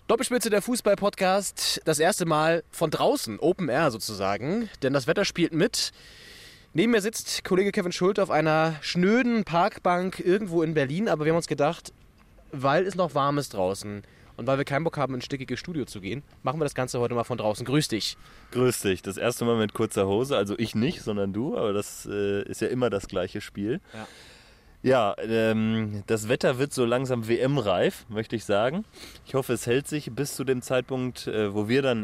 Doppelspitze, der Fußball-Podcast, das erste Mal von draußen, Open Air sozusagen, denn das Wetter spielt mit. Neben mir sitzt Kollege Kevin Schulte auf einer schnöden Parkbank irgendwo in Berlin, aber wir haben uns gedacht, weil es noch warm ist draußen und weil wir keinen Bock haben, in ein stickiges Studio zu gehen, machen wir das Ganze heute mal von draußen. Grüß dich. Grüß dich. Das erste Mal mit kurzer Hose, also ich nicht, sondern du, aber das ist ja immer das gleiche Spiel. Ja, das Wetter wird so langsam WM-reif, möchte ich sagen. Ich hoffe, es hält sich bis zu dem Zeitpunkt, wo wir dann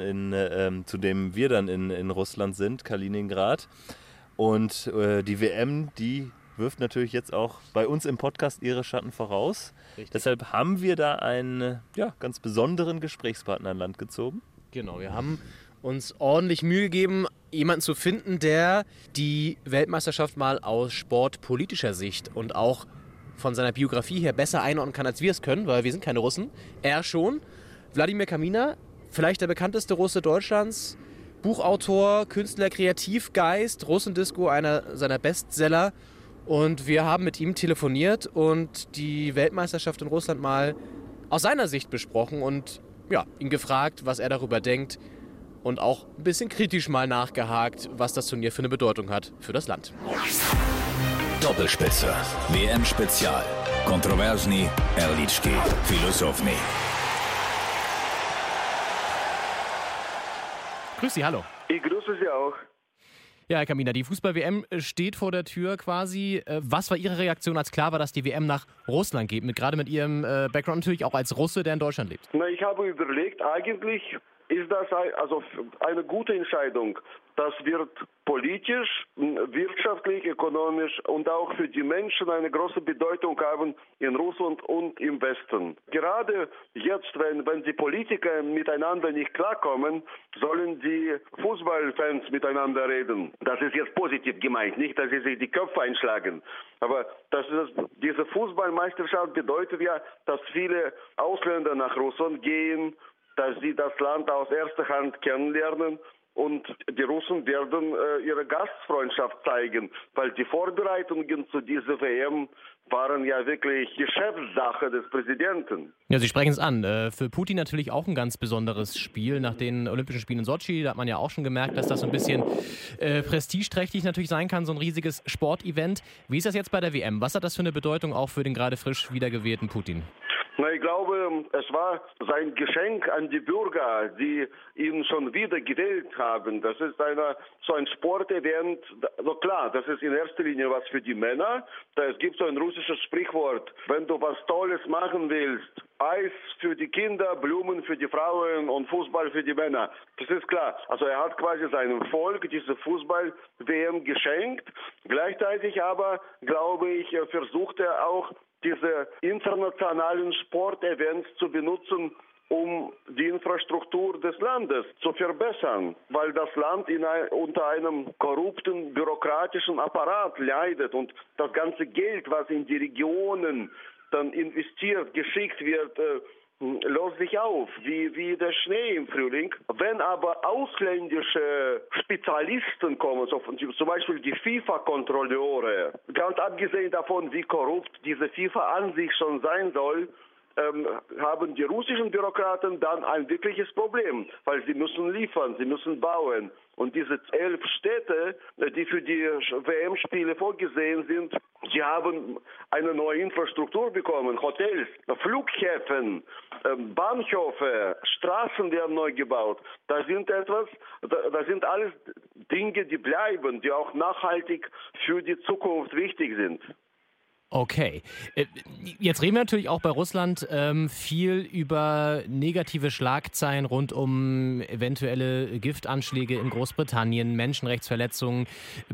in Russland sind, Kaliningrad. Und die WM, die wirft natürlich jetzt auch bei uns im Podcast ihre Schatten voraus. Richtig. Deshalb haben wir da einen ganz besonderen Gesprächspartner an Land gezogen. Genau, wir haben uns ordentlich Mühe gegeben, jemanden zu finden, der die Weltmeisterschaft mal aus sportpolitischer Sicht und auch von seiner Biografie her besser einordnen kann, als wir es können, weil wir sind keine Russen. Er schon. Wladimir Kaminer, vielleicht der bekannteste Russe Deutschlands, Buchautor, Künstler, Kreativgeist, Russendisco, einer seiner Bestseller. Und wir haben mit ihm telefoniert und die Weltmeisterschaft in Russland mal aus seiner Sicht besprochen und ihn gefragt, was er darüber denkt. Und auch ein bisschen kritisch mal nachgehakt, was das Turnier für eine Bedeutung hat für das Land. Doppelspitze, WM-Spezial. Kontroversni, Erlički, Filosofni. Grüß Sie, hallo. Ich grüße Sie auch. Ja, Herr Kaminer, die Fußball-WM steht vor der Tür quasi. Was war Ihre Reaktion, als klar war, dass die WM nach Russland geht? Gerade mit Ihrem Background natürlich auch als Russe, der in Deutschland lebt. Ich habe überlegt, eigentlich ist das eine gute Entscheidung. Das wird politisch, wirtschaftlich, ökonomisch und auch für die Menschen eine große Bedeutung haben in Russland und im Westen. Gerade jetzt, wenn die Politiker miteinander nicht klarkommen, sollen die Fußballfans miteinander reden. Das ist jetzt positiv gemeint, nicht, dass sie sich die Köpfe einschlagen. Aber diese Fußballmeisterschaft bedeutet ja, dass viele Ausländer nach Russland gehen, dass sie das Land aus erster Hand kennenlernen und die Russen werden ihre Gastfreundschaft zeigen, weil die Vorbereitungen zu dieser WM waren ja wirklich Geschäftssache des Präsidenten. Ja, Sie sprechen es an. Für Putin natürlich auch ein ganz besonderes Spiel. Nach den Olympischen Spielen in Sotschi, da hat man ja auch schon gemerkt, dass das so ein bisschen prestigeträchtig natürlich sein kann, so ein riesiges Sportevent. Wie ist das jetzt bei der WM? Was hat das für eine Bedeutung auch für den gerade frisch wiedergewählten Putin? Ich glaube, es war sein Geschenk an die Bürger, die ihn schon wieder gewählt haben. Das ist so ein Sportevent. Also klar, das ist in erster Linie was für die Männer. Es gibt so ein russisches Sprichwort: Wenn du was Tolles machen willst, Eis für die Kinder, Blumen für die Frauen und Fußball für die Männer. Das ist klar. Also er hat quasi seinem Volk diese Fußball-WM geschenkt. Gleichzeitig aber, glaube ich, versucht er auch, diese internationalen Sportevents zu benutzen, um die Infrastruktur des Landes zu verbessern, weil das Land unter einem korrupten, bürokratischen Apparat leidet und das ganze Geld, was in die Regionen dann investiert, geschickt wird, löst sich auf, wie der Schnee im Frühling. Wenn aber ausländische Spezialisten kommen, so zum Beispiel die FIFA-Kontrolleure, ganz abgesehen davon, wie korrupt diese FIFA an sich schon sein soll, haben die russischen Bürokraten dann ein wirkliches Problem, weil sie müssen liefern, sie müssen bauen. Und diese 11 Städte, die für die WM-Spiele vorgesehen sind, die haben eine neue Infrastruktur bekommen. Hotels, Flughäfen, Bahnhöfe, Straßen werden neu gebaut. Das sind alles Dinge, die bleiben, die auch nachhaltig für die Zukunft wichtig sind. Okay. Jetzt reden wir natürlich auch bei Russland viel über negative Schlagzeilen rund um eventuelle Giftanschläge in Großbritannien, Menschenrechtsverletzungen,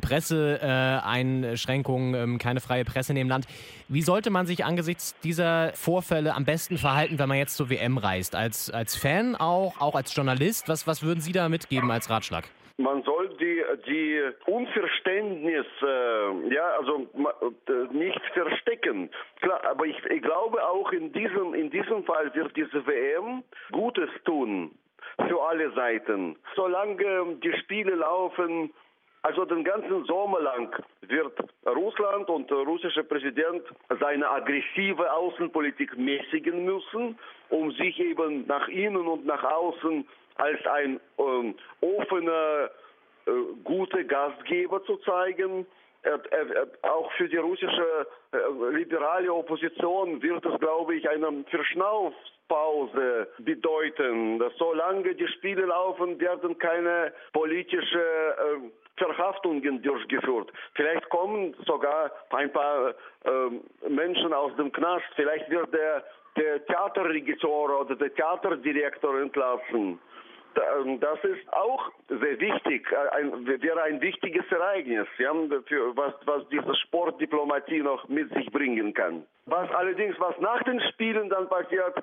Presseeinschränkungen, keine freie Presse in dem Land. Wie sollte man sich angesichts dieser Vorfälle am besten verhalten, wenn man jetzt zur WM reist? Als Fan auch als Journalist? Was würden Sie da mitgeben als Ratschlag? Man soll die Unverständnis nicht verstecken. Klar, aber ich glaube auch in diesem Fall wird diese WM Gutes tun für alle Seiten. Solange die Spiele laufen, Also den ganzen Sommer lang wird Russland und der russische Präsident seine aggressive Außenpolitik mäßigen müssen, um sich eben nach innen und nach außen als ein offener, guter Gastgeber zu zeigen. Auch für die russische liberale Opposition wird es, glaube ich, eine Verschnaufpause bedeuten. Dass solange die Spiele laufen, werden keine politische Verhaftungen durchgeführt. Vielleicht kommen sogar ein paar Menschen aus dem Knast. Vielleicht wird der Theaterregisseur oder der Theaterdirektor entlassen. Das ist auch sehr wichtig, wäre ein wichtiges Ereignis, ja, was diese Sportdiplomatie noch mit sich bringen kann. Was nach den Spielen dann passiert,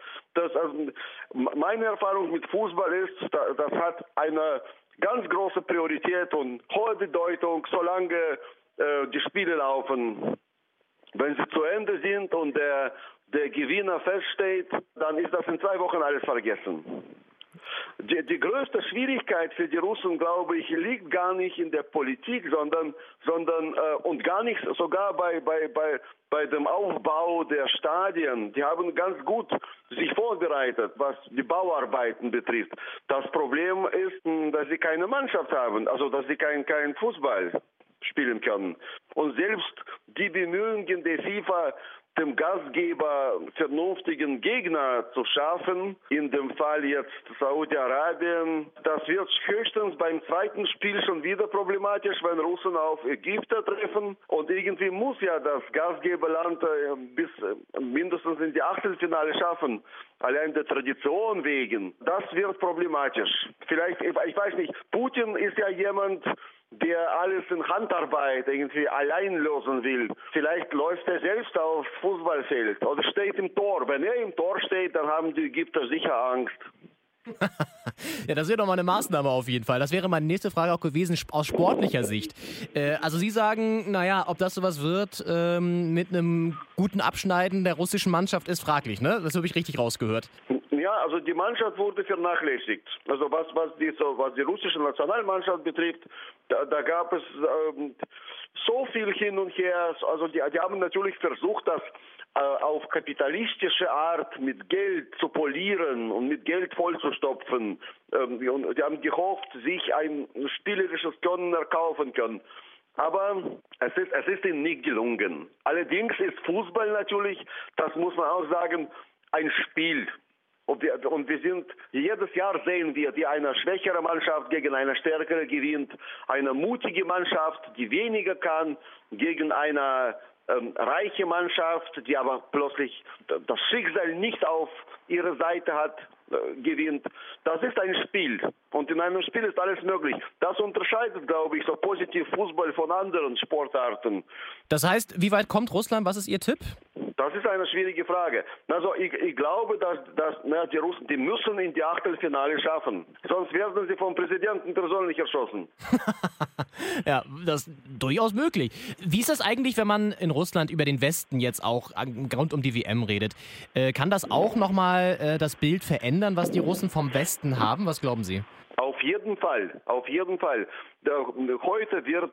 meine Erfahrung mit Fußball ist, das hat eine ganz große Priorität und hohe Bedeutung, solange die Spiele laufen. Wenn sie zu Ende sind und der Gewinner feststeht, dann ist das in 2 Wochen alles vergessen. Die größte Schwierigkeit für die Russen, glaube ich, liegt gar nicht in der Politik, sondern und gar nicht sogar bei dem Aufbau der Stadien. Die haben ganz gut sich vorbereitet, was die Bauarbeiten betrifft. Das Problem ist, dass sie keine Mannschaft haben, also dass sie kein Fußball spielen können. Und selbst die Bemühungen der FIFA, dem Gastgeber vernünftigen Gegner zu schaffen, in dem Fall jetzt Saudi-Arabien. Das wird höchstens beim zweiten Spiel schon wieder problematisch, wenn Russen auf Ägypter treffen. Und irgendwie muss ja das Gastgeberland bis mindestens in die Achtelfinale schaffen. Allein der Tradition wegen. Das wird problematisch. Vielleicht, ich weiß nicht, Putin ist ja jemand, der alles in Handarbeit irgendwie allein lösen will. Vielleicht läuft er selbst auf Fußballfeld oder steht im Tor. Wenn er im Tor steht, dann haben die Ägypter sicher Angst. Ja, das wäre doch mal eine Maßnahme auf jeden Fall. Das wäre meine nächste Frage auch gewesen, aus sportlicher Sicht. Also Sie sagen, naja, ob das sowas wird mit einem guten Abschneiden der russischen Mannschaft ist fraglich, ne? Das habe ich richtig rausgehört. Ja, also die Mannschaft wurde vernachlässigt. Also was die russische Nationalmannschaft betrifft, da gab es so viel hin und her. Also die haben natürlich versucht, das auf kapitalistische Art mit Geld zu polieren und mit Geld vollzustopfen. Und die haben gehofft, sich ein spielerisches Können erkaufen können. Aber es ist ihnen nicht gelungen. Allerdings ist Fußball natürlich, das muss man auch sagen, ein Spiel. Und jedes Jahr sehen wir, wie eine schwächere Mannschaft gegen eine stärkere gewinnt, eine mutige Mannschaft, die weniger kann, gegen eine reiche Mannschaft, die aber plötzlich das Schicksal nicht auf ihrer Seite hat, gewinnt. Das ist ein Spiel. Und in einem Spiel ist alles möglich. Das unterscheidet, glaube ich, so positiv Fußball von anderen Sportarten. Das heißt, wie weit kommt Russland? Was ist Ihr Tipp? Das ist eine schwierige Frage. Also ich glaube, dass die Russen, die müssen in die Achtelfinale schaffen. Sonst werden sie vom Präsidenten persönlich erschossen. Ja, das ist durchaus möglich. Wie ist das eigentlich, wenn man in Russland über den Westen jetzt auch rund um die WM redet? Kann das auch nochmal das Bild verändern, was die Russen vom Westen haben? Was glauben Sie? Auf jeden Fall, auf jeden Fall. Heute wird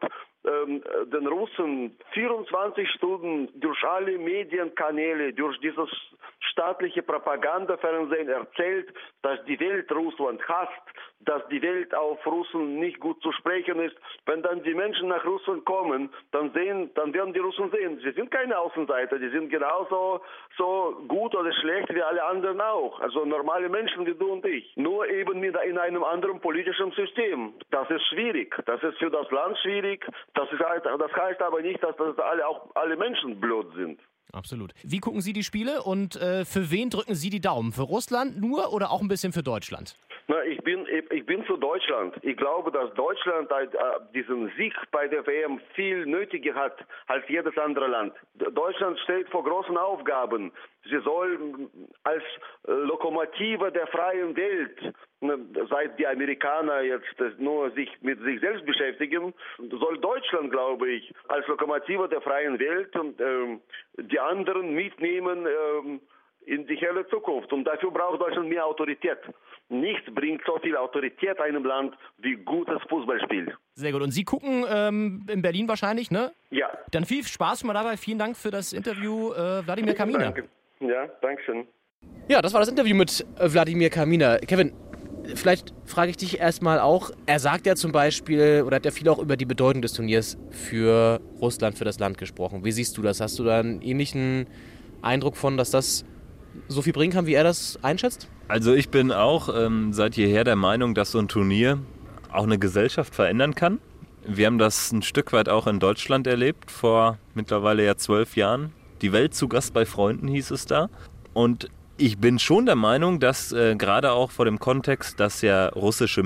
den Russen 24 Stunden durch alle Medienkanäle, durch dieses staatliche Propagandafernsehen erzählt, dass die Welt Russland hasst, dass die Welt auf Russen nicht gut zu sprechen ist. Wenn dann die Menschen nach Russland kommen, dann werden die Russen sehen, sie sind keine Außenseiter, die sind genauso so gut oder schlecht wie alle anderen auch. Also normale Menschen wie du und ich. Nur eben in einem anderen politischen System. Das ist schwierig. Das ist für das Land schwierig. Das heißt aber nicht, dass alle Menschen blöd sind. Absolut. Wie gucken Sie die Spiele und für wen drücken Sie die Daumen? Für Russland nur oder auch ein bisschen für Deutschland? Na, ich bin für Deutschland. Ich glaube, dass Deutschland diesen Sieg bei der WM viel nötiger hat als jedes andere Land. Deutschland steht vor großen Aufgaben. Sie soll als Lokomotive der freien Welt, seit die Amerikaner jetzt nur sich mit sich selbst beschäftigen, soll Deutschland, glaube ich, als Lokomotive der freien Welt und die anderen mitnehmen in die helle Zukunft. Und dafür braucht Deutschland mehr Autorität. Nichts bringt so viel Autorität einem Land wie gutes Fußballspiel. Sehr gut. Und Sie gucken in Berlin wahrscheinlich, ne? Ja. Dann viel Spaß schon mal dabei. Vielen Dank für das Interview, Wladimir Kaminer. Danke. Ja, danke schön. Ja, das war das Interview mit Wladimir Kaminer. Kevin, vielleicht frage ich dich erstmal auch, er sagt ja zum Beispiel, oder hat ja viel auch über die Bedeutung des Turniers für Russland, für das Land gesprochen. Wie siehst du das? Hast du da einen ähnlichen Eindruck von, dass das so viel bringen kann, wie er das einschätzt? Also ich bin auch seit jeher der Meinung, dass so ein Turnier auch eine Gesellschaft verändern kann. Wir haben das ein Stück weit auch in Deutschland erlebt, vor mittlerweile ja 12 Jahren. Die Welt zu Gast bei Freunden hieß es da. Und ich bin schon der Meinung, dass gerade auch vor dem Kontext, dass ja russische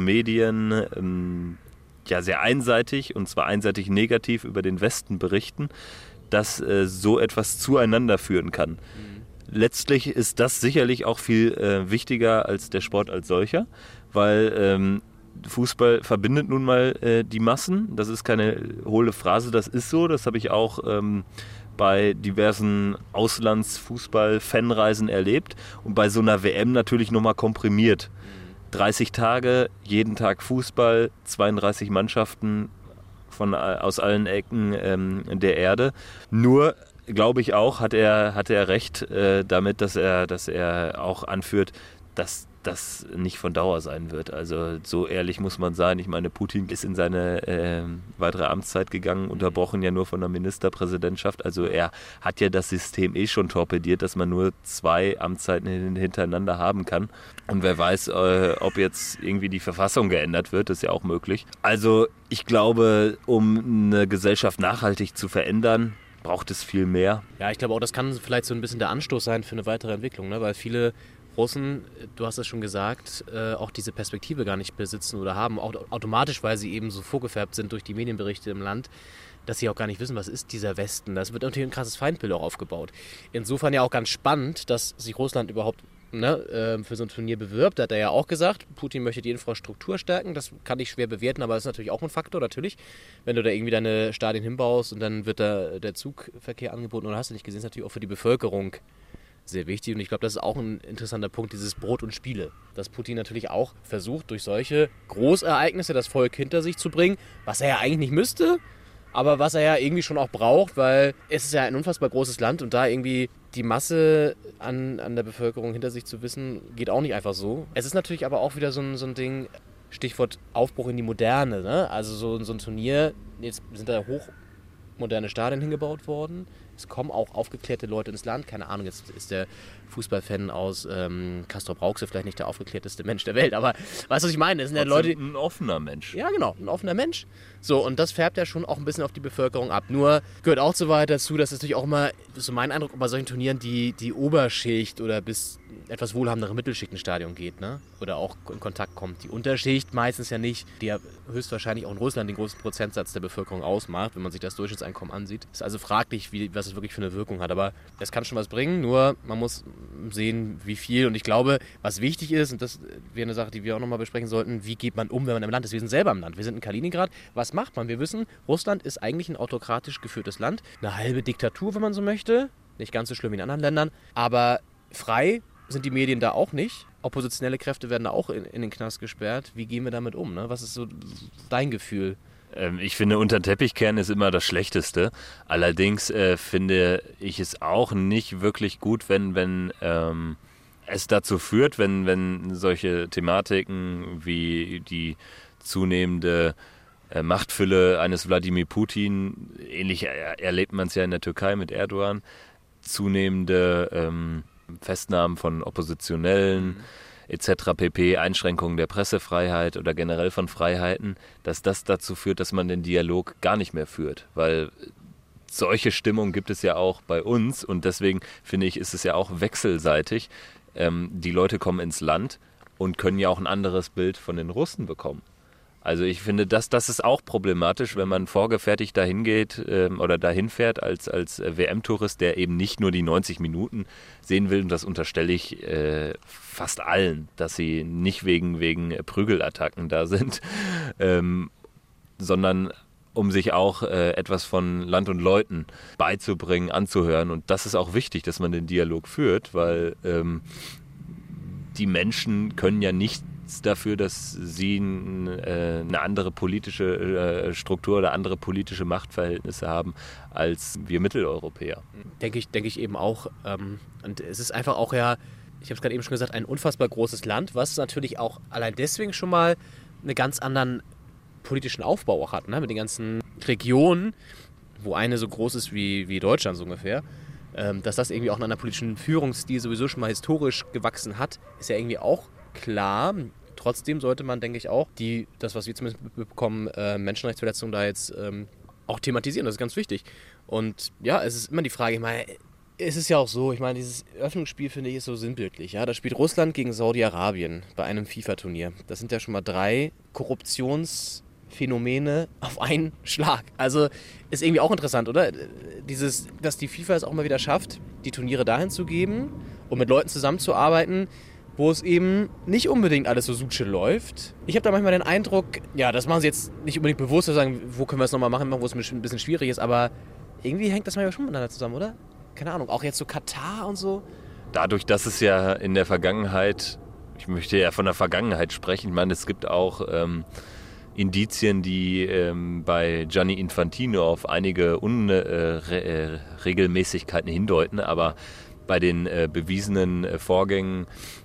Medien ja sehr einseitig, und zwar einseitig negativ über den Westen berichten, dass so etwas zueinander führen kann. Letztlich ist das sicherlich auch viel wichtiger als der Sport als solcher, weil Fußball verbindet nun mal die Massen. Das ist keine hohle Phrase, das ist so. Das habe ich auch bei diversen Auslandsfußball-Fanreisen erlebt und bei so einer WM natürlich nochmal komprimiert. 30 Tage, jeden Tag Fußball, 32 Mannschaften aus allen Ecken der Erde. Nur glaube ich auch, hat er recht damit, dass er auch anführt, dass das nicht von Dauer sein wird. Also so ehrlich muss man sein. Ich meine, Putin ist in seine weitere Amtszeit gegangen, unterbrochen ja nur von der Ministerpräsidentschaft. Also er hat ja das System schon torpediert, dass man nur 2 Amtszeiten hintereinander haben kann. Und wer weiß, ob jetzt irgendwie die Verfassung geändert wird, ist ja auch möglich. Also ich glaube, um eine Gesellschaft nachhaltig zu verändern, braucht es viel mehr. Ja, ich glaube auch, das kann vielleicht so ein bisschen der Anstoß sein für eine weitere Entwicklung, ne? Weil viele Russen, du hast es schon gesagt, auch diese Perspektive gar nicht besitzen oder haben, auch automatisch, weil sie eben so vorgefärbt sind durch die Medienberichte im Land, dass sie auch gar nicht wissen, was ist dieser Westen. Das wird natürlich ein krasses Feindbild auch aufgebaut. Insofern ja auch ganz spannend, dass sich Russland überhaupt für so ein Turnier bewirbt. Da hat er ja auch gesagt, Putin möchte die Infrastruktur stärken. Das kann ich schwer bewerten, aber das ist natürlich auch ein Faktor, natürlich. Wenn du da irgendwie deine Stadien hinbaust und dann wird da der Zugverkehr angeboten, oder hast du nicht gesehen, ist natürlich auch für die Bevölkerung sehr wichtig. Und ich glaube, das ist auch ein interessanter Punkt, dieses Brot und Spiele. Dass Putin natürlich auch versucht, durch solche Großereignisse das Volk hinter sich zu bringen, was er ja eigentlich nicht müsste, aber was er ja irgendwie schon auch braucht, weil es ist ja ein unfassbar großes Land und da irgendwie die Masse an der Bevölkerung hinter sich zu wissen, geht auch nicht einfach so. Es ist natürlich aber auch wieder so ein Ding, Stichwort Aufbruch in die Moderne, ne? Also so ein Turnier, jetzt sind da hochmoderne Stadien hingebaut worden. Es kommen auch aufgeklärte Leute ins Land. Keine Ahnung, jetzt ist der Fußballfan aus Castrop-Rauxel vielleicht nicht der aufgeklärteste Mensch der Welt, aber weißt du, was ich meine? Das sind ja Leute, ein offener Mensch. Ja, genau, ein offener Mensch. So, und das färbt ja schon auch ein bisschen auf die Bevölkerung ab. Nur gehört auch so weit dazu, dass natürlich auch immer, so mein Eindruck, bei solchen Turnieren die Oberschicht oder bis etwas wohlhabendere Mittelschicht ins Stadion geht, ne? Oder auch in Kontakt kommt. Die Unterschicht meistens ja nicht, die ja höchstwahrscheinlich auch in Russland den großen Prozentsatz der Bevölkerung ausmacht, wenn man sich das Durchschnittseinkommen ansieht. Ist also fraglich, was es wirklich für eine Wirkung hat. Aber es kann schon was bringen, nur man muss sehen, wie viel. Und ich glaube, was wichtig ist, und das wäre eine Sache, die wir auch nochmal besprechen sollten, wie geht man um, wenn man im Land ist? Wir sind selber im Land. Wir sind in Kaliningrad. Was macht man? Wir wissen, Russland ist eigentlich ein autokratisch geführtes Land. Eine halbe Diktatur, wenn man so möchte. Nicht ganz so schlimm wie in anderen Ländern. Aber frei sind die Medien da auch nicht. Oppositionelle Kräfte werden da auch in den Knast gesperrt. Wie gehen wir damit um? Ne? Was ist so dein Gefühl? Ich finde, unter den Teppich kehren ist immer das Schlechteste. Allerdings finde ich es auch nicht wirklich gut, wenn es dazu führt, wenn solche Thematiken wie die zunehmende Machtfülle eines Wladimir Putin, ähnlich erlebt man es ja in der Türkei mit Erdogan, zunehmende Festnahmen von Oppositionellen etc. pp., Einschränkungen der Pressefreiheit oder generell von Freiheiten, dass das dazu führt, dass man den Dialog gar nicht mehr führt, weil solche Stimmung gibt es ja auch bei uns und deswegen finde ich, ist es ja auch wechselseitig. Die Leute kommen ins Land und können ja auch ein anderes Bild von den Russen bekommen. Also ich finde, das ist auch problematisch, wenn man vorgefertigt dahin geht oder dahin fährt als WM-Tourist, der eben nicht nur die 90 Minuten sehen will. Und das unterstelle ich fast allen, dass sie nicht wegen Prügelattacken da sind, sondern um sich auch etwas von Land und Leuten beizubringen, anzuhören. Und das ist auch wichtig, dass man den Dialog führt, weil die Menschen können ja nichts dafür, dass sie eine andere politische Struktur oder andere politische Machtverhältnisse haben als wir Mitteleuropäer. Denke ich eben auch. Und es ist einfach auch ja, ich habe es gerade eben schon gesagt, ein unfassbar großes Land, was natürlich auch allein deswegen schon mal einen ganz anderen politischen Aufbau auch hat, ne? Mit den ganzen Regionen, wo eine so groß ist wie Deutschland so ungefähr. Dass das irgendwie auch in einer politischen Führungsstil sowieso schon mal historisch gewachsen hat, ist ja irgendwie auch klar. Trotzdem sollte man, denke ich, auch das, was wir zumindest bekommen, Menschenrechtsverletzungen da jetzt auch thematisieren. Das ist ganz wichtig. Und ja, es ist immer die Frage, ich meine, es ist ja auch so, ich meine, dieses Eröffnungsspiel, finde ich, ist so sinnbildlich. Ja? Da spielt Russland gegen Saudi-Arabien bei einem FIFA-Turnier. Das sind ja schon mal 3 Korruptionsphänomene auf einen Schlag. Also ist irgendwie auch interessant, oder? Dass die FIFA es auch mal wieder schafft, die Turniere dahin zu geben und mit Leuten zusammenzuarbeiten, wo es eben nicht unbedingt alles so suche läuft. Ich habe da manchmal den Eindruck, ja, das machen sie jetzt nicht unbedingt bewusst, zu sagen, wo können wir es nochmal machen, wo es ein bisschen schwierig ist, aber irgendwie hängt das manchmal schon miteinander zusammen, oder? Keine Ahnung, auch jetzt so Katar und so. Dadurch, dass es ja in der Vergangenheit, ich möchte ja von der Vergangenheit sprechen, ich meine, es gibt auch Indizien, die bei Gianni Infantino auf einige Unregelmäßigkeiten hindeuten, aber bei den bewiesenen Vorgängen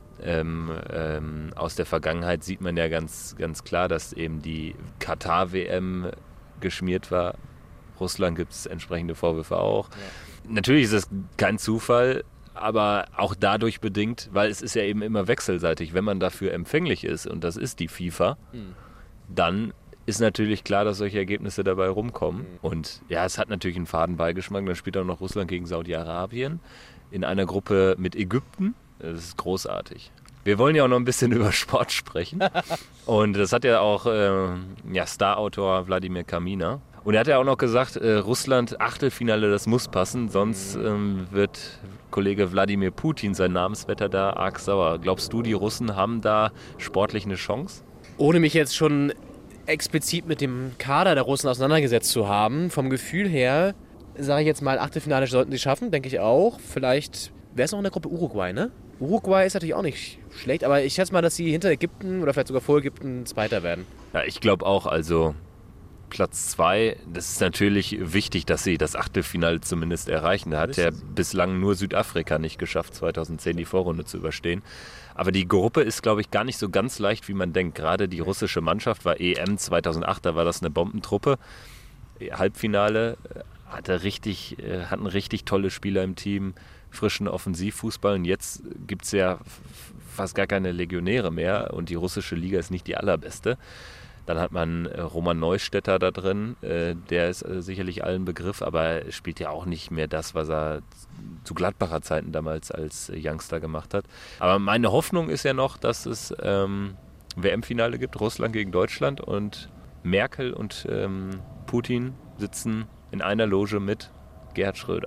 aus der Vergangenheit sieht man ja ganz, ganz klar, dass eben die Katar-WM geschmiert war. Russland gibt es entsprechende Vorwürfe auch. Ja. Natürlich ist es kein Zufall, aber auch dadurch bedingt, weil es ist ja eben immer wechselseitig. Wenn man dafür empfänglich ist, und das ist die FIFA, dann ist natürlich klar, dass solche Ergebnisse dabei rumkommen. Und ja, es hat natürlich einen faden Beigeschmack. Dann spielt auch noch Russland gegen Saudi-Arabien in einer Gruppe mit Ägypten. Das ist großartig. Wir wollen ja auch noch ein bisschen über Sport sprechen. Und das hat ja auch Star-Autor Wladimir Kaminer. Und er hat ja auch noch gesagt, Russland Achtelfinale, das muss passen, sonst wird Kollege Wladimir Putin, sein Namensvetter, da arg sauer. Glaubst du, die Russen haben da sportlich eine Chance? Ohne mich jetzt schon explizit mit dem Kader der Russen auseinandergesetzt zu haben, vom Gefühl her, sage ich jetzt mal, Achtelfinale sollten sie schaffen, denke ich auch. Vielleicht wäre es noch in der Gruppe Uruguay, ne? Uruguay ist natürlich auch nicht schlecht, aber ich schätze mal, dass sie hinter Ägypten oder vielleicht sogar vor Ägypten Zweiter werden. Ja, ich glaube auch, also Platz 2, das ist natürlich wichtig, dass sie das Achtelfinale zumindest erreichen. Da hat ja bislang nur Südafrika nicht geschafft, 2010 die Vorrunde zu überstehen. Aber die Gruppe ist, glaube ich, gar nicht so ganz leicht, wie man denkt. Gerade die russische Mannschaft war EM 2008, da war das eine Bombentruppe. Halbfinale hatten richtig tolle Spieler im Team, frischen Offensivfußball. Und jetzt gibt es ja fast gar keine Legionäre mehr und die russische Liga ist nicht die allerbeste. Dann hat man Roman Neustädter da drin, der ist sicherlich allen Begriff, aber er spielt ja auch nicht mehr das, was er zu Gladbacher Zeiten damals als Youngster gemacht hat. Aber meine Hoffnung ist ja noch, dass es WM-Finale gibt, Russland gegen Deutschland, und Merkel und Putin sitzen in einer Loge mit Gerhard Schröder.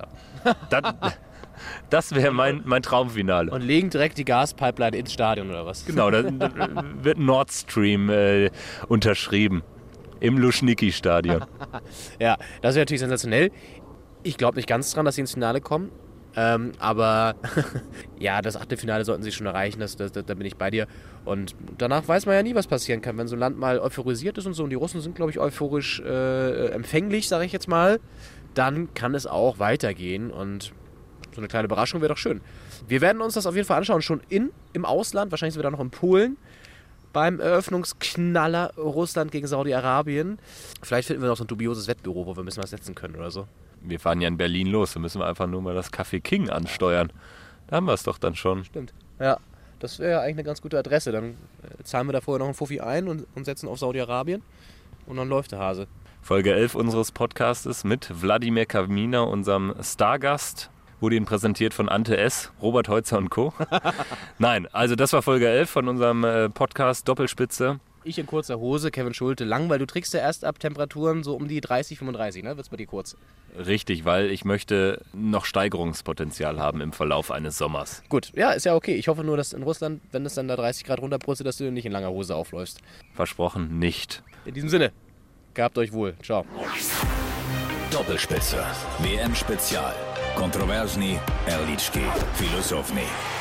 Das wäre mein Traumfinale. Und legen direkt die Gaspipeline ins Stadion oder was? Genau, da wird Nord Stream unterschrieben. Im Luschniki-Stadion. Ja, das wäre natürlich sensationell. Ich glaube nicht ganz dran, dass sie ins Finale kommen. Aber ja, das Achtelfinale sollten sie schon erreichen, da bin ich bei dir. Und danach weiß man ja nie, was passieren kann. Wenn so ein Land mal euphorisiert ist und so, und die Russen sind, glaube ich, euphorisch empfänglich, sage ich jetzt mal, dann kann es auch weitergehen. Und so eine kleine Überraschung wäre doch schön. Wir werden uns das auf jeden Fall anschauen, schon im Ausland. Wahrscheinlich sind wir da noch in Polen beim Eröffnungsknaller Russland gegen Saudi-Arabien. Vielleicht finden wir noch so ein dubioses Wettbüro, wo wir ein bisschen was setzen können oder so. Wir fahren ja in Berlin los, da müssen wir einfach nur mal das Café King ansteuern. Da haben wir es doch dann schon. Stimmt. Ja, das wäre ja eigentlich eine ganz gute Adresse. Dann zahlen wir da vorher noch einen Fuffi ein und setzen auf Saudi-Arabien und dann läuft der Hase. Folge 11 unseres Podcastes mit Wladimir Kaminer, unserem Stargast. Wurde Ihnen präsentiert von Ante S., Robert Heutzer und Co. Nein, also das war Folge 11 von unserem Podcast Doppelspitze. Ich in kurzer Hose, Kevin Schulte lang, weil du trägst ja erst ab Temperaturen so um die 30, 35, ne? Wird's bei dir kurz? Richtig, weil ich möchte noch Steigerungspotenzial haben im Verlauf eines Sommers. Gut, ja, ist ja okay. Ich hoffe nur, dass in Russland, wenn es dann da 30 Grad runterbrustet, dass du nicht in langer Hose aufläufst. Versprochen, nicht. In diesem Sinne, Gehabt euch wohl. Ciao. Doppelspitze. WM Spezial. Kontroversni, Erlički, Filosofni.